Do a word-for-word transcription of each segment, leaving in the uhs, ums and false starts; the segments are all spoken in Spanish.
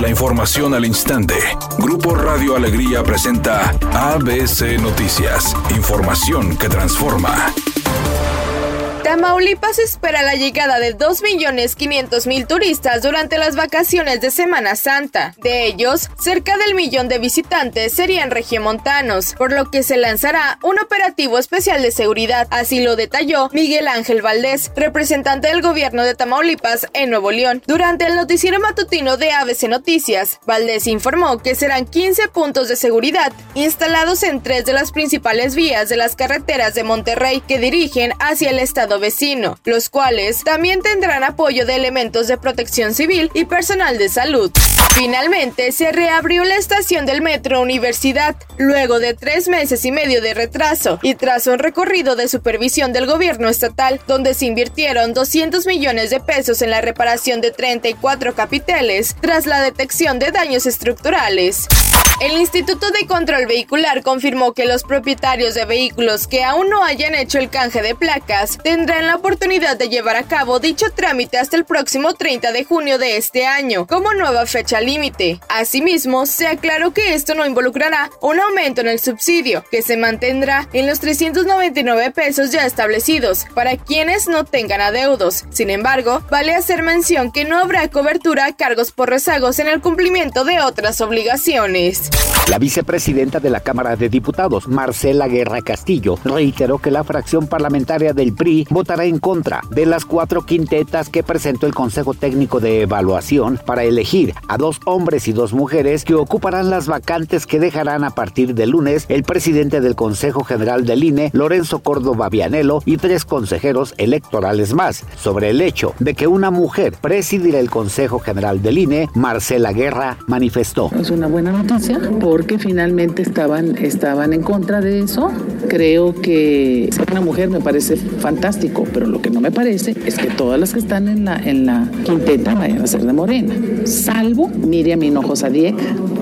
La información al instante. Grupo Radio Alegría presenta A B C Noticias. Información que transforma. Tamaulipas espera la llegada de dos millones quinientos mil turistas durante las vacaciones de Semana Santa. De ellos, cerca del millón de visitantes serían regiomontanos, por lo que se lanzará un operativo especial de seguridad. Así lo detalló Miguel Ángel Valdés, representante del gobierno de Tamaulipas en Nuevo León. Durante el noticiero matutino de A B C Noticias, Valdés informó que serán quince puntos de seguridad instalados en tres de las principales vías de las carreteras de Monterrey que dirigen hacia el estado vecino, los cuales también tendrán apoyo de elementos de protección civil y personal de salud. Finalmente, se reabrió la estación del Metro Universidad, luego de tres meses y medio de retraso, y tras un recorrido de supervisión del gobierno estatal, donde se invirtieron doscientos millones de pesos en la reparación de treinta y cuatro capiteles, tras la detección de daños estructurales. El Instituto de Control Vehicular confirmó que los propietarios de vehículos que aún no hayan hecho el canje de placas tendrán la oportunidad de llevar a cabo dicho trámite hasta el próximo treinta de junio de este año, como nueva fecha límite. Asimismo, se aclaró que esto no involucrará un aumento en el subsidio, que se mantendrá en los trescientos noventa y nueve pesos ya establecidos para quienes no tengan adeudos. Sin embargo, vale hacer mención que no habrá cobertura a cargos por rezagos en el cumplimiento de otras obligaciones. La vicepresidenta de la Cámara de Diputados, Marcela Guerra Castillo, reiteró que la fracción parlamentaria del P R I votará en contra de las cuatro quintetas que presentó el Consejo Técnico de Evaluación para elegir a dos hombres y dos mujeres que ocuparán las vacantes que dejarán a partir del lunes el presidente del Consejo General del I N E, Lorenzo Córdoba Vianello, y tres consejeros electorales más. Sobre el hecho de que una mujer presidirá el Consejo General del I N E, Marcela Guerra manifestó: Es una buena noticia, porque finalmente estaban, estaban en contra de eso. Creo que ser una mujer me parece fantástico, pero lo que no me parece es que todas las que están en la, en la quinteta vayan a ser de Morena, salvo Miriam Hinojosa Dieck,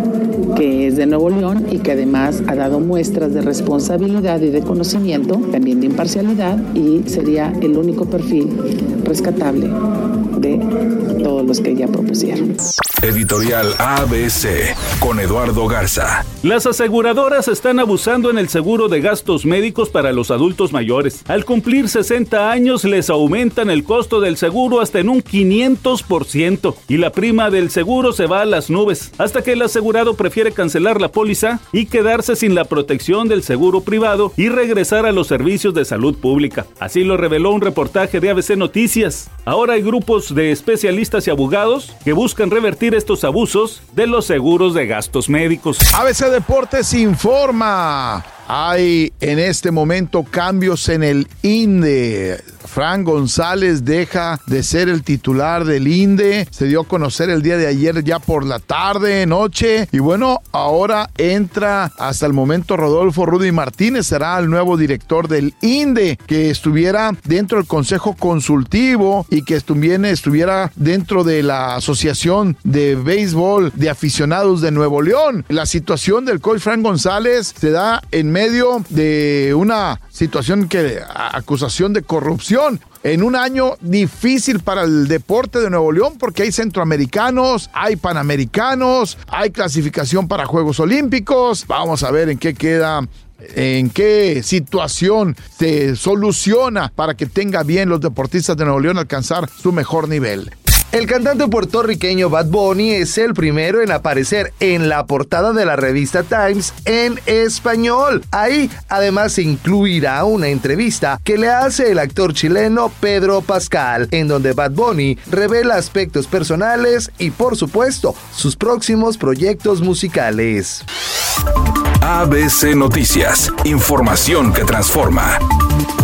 que es de Nuevo León y que además ha dado muestras de responsabilidad y de conocimiento, también de imparcialidad, y sería el único perfil rescatable de todos los que ella propusieron. Editorial A B C con Eduardo Garza. Las aseguradoras están abusando en el seguro de gastos médicos para los adultos mayores. Al cumplir sesenta años les aumentan el costo del seguro hasta en un quinientos por ciento y la prima del seguro se va a las nubes, hasta que el asegurado prefiere cancelar la póliza y quedarse sin la protección del seguro privado y regresar a los servicios de salud pública. Así lo reveló un reportaje de A B C Noticias. Ahora hay grupos de especialistas y abogados que buscan revertir estos abusos de los seguros de gastos médicos. A B C Deportes informa. Hay en este momento cambios en el I N D E. Fran González deja de ser el titular del I N D E. Se dio a conocer el día de ayer ya por la tarde, noche. Y bueno, ahora entra hasta el momento Rodolfo Rudy Martínez. Será el nuevo director del I N D E, que estuviera dentro del Consejo Consultivo y que también estuviera dentro de la Asociación de Béisbol de Aficionados de Nuevo León. La situación del coach Fran González se da en medio de una situación que acusación de corrupción en un año difícil para el deporte de Nuevo León, porque hay centroamericanos, hay panamericanos, hay clasificación para Juegos Olímpicos. Vamos a ver en qué queda, en qué situación se soluciona para que tenga bien los deportistas de Nuevo León alcanzar su mejor nivel. El cantante puertorriqueño Bad Bunny es el primero en aparecer en la portada de la revista Times en español. Ahí además se incluirá una entrevista que le hace el actor chileno Pedro Pascal, en donde Bad Bunny revela aspectos personales y, por supuesto, sus próximos proyectos musicales. A B C Noticias, información que transforma.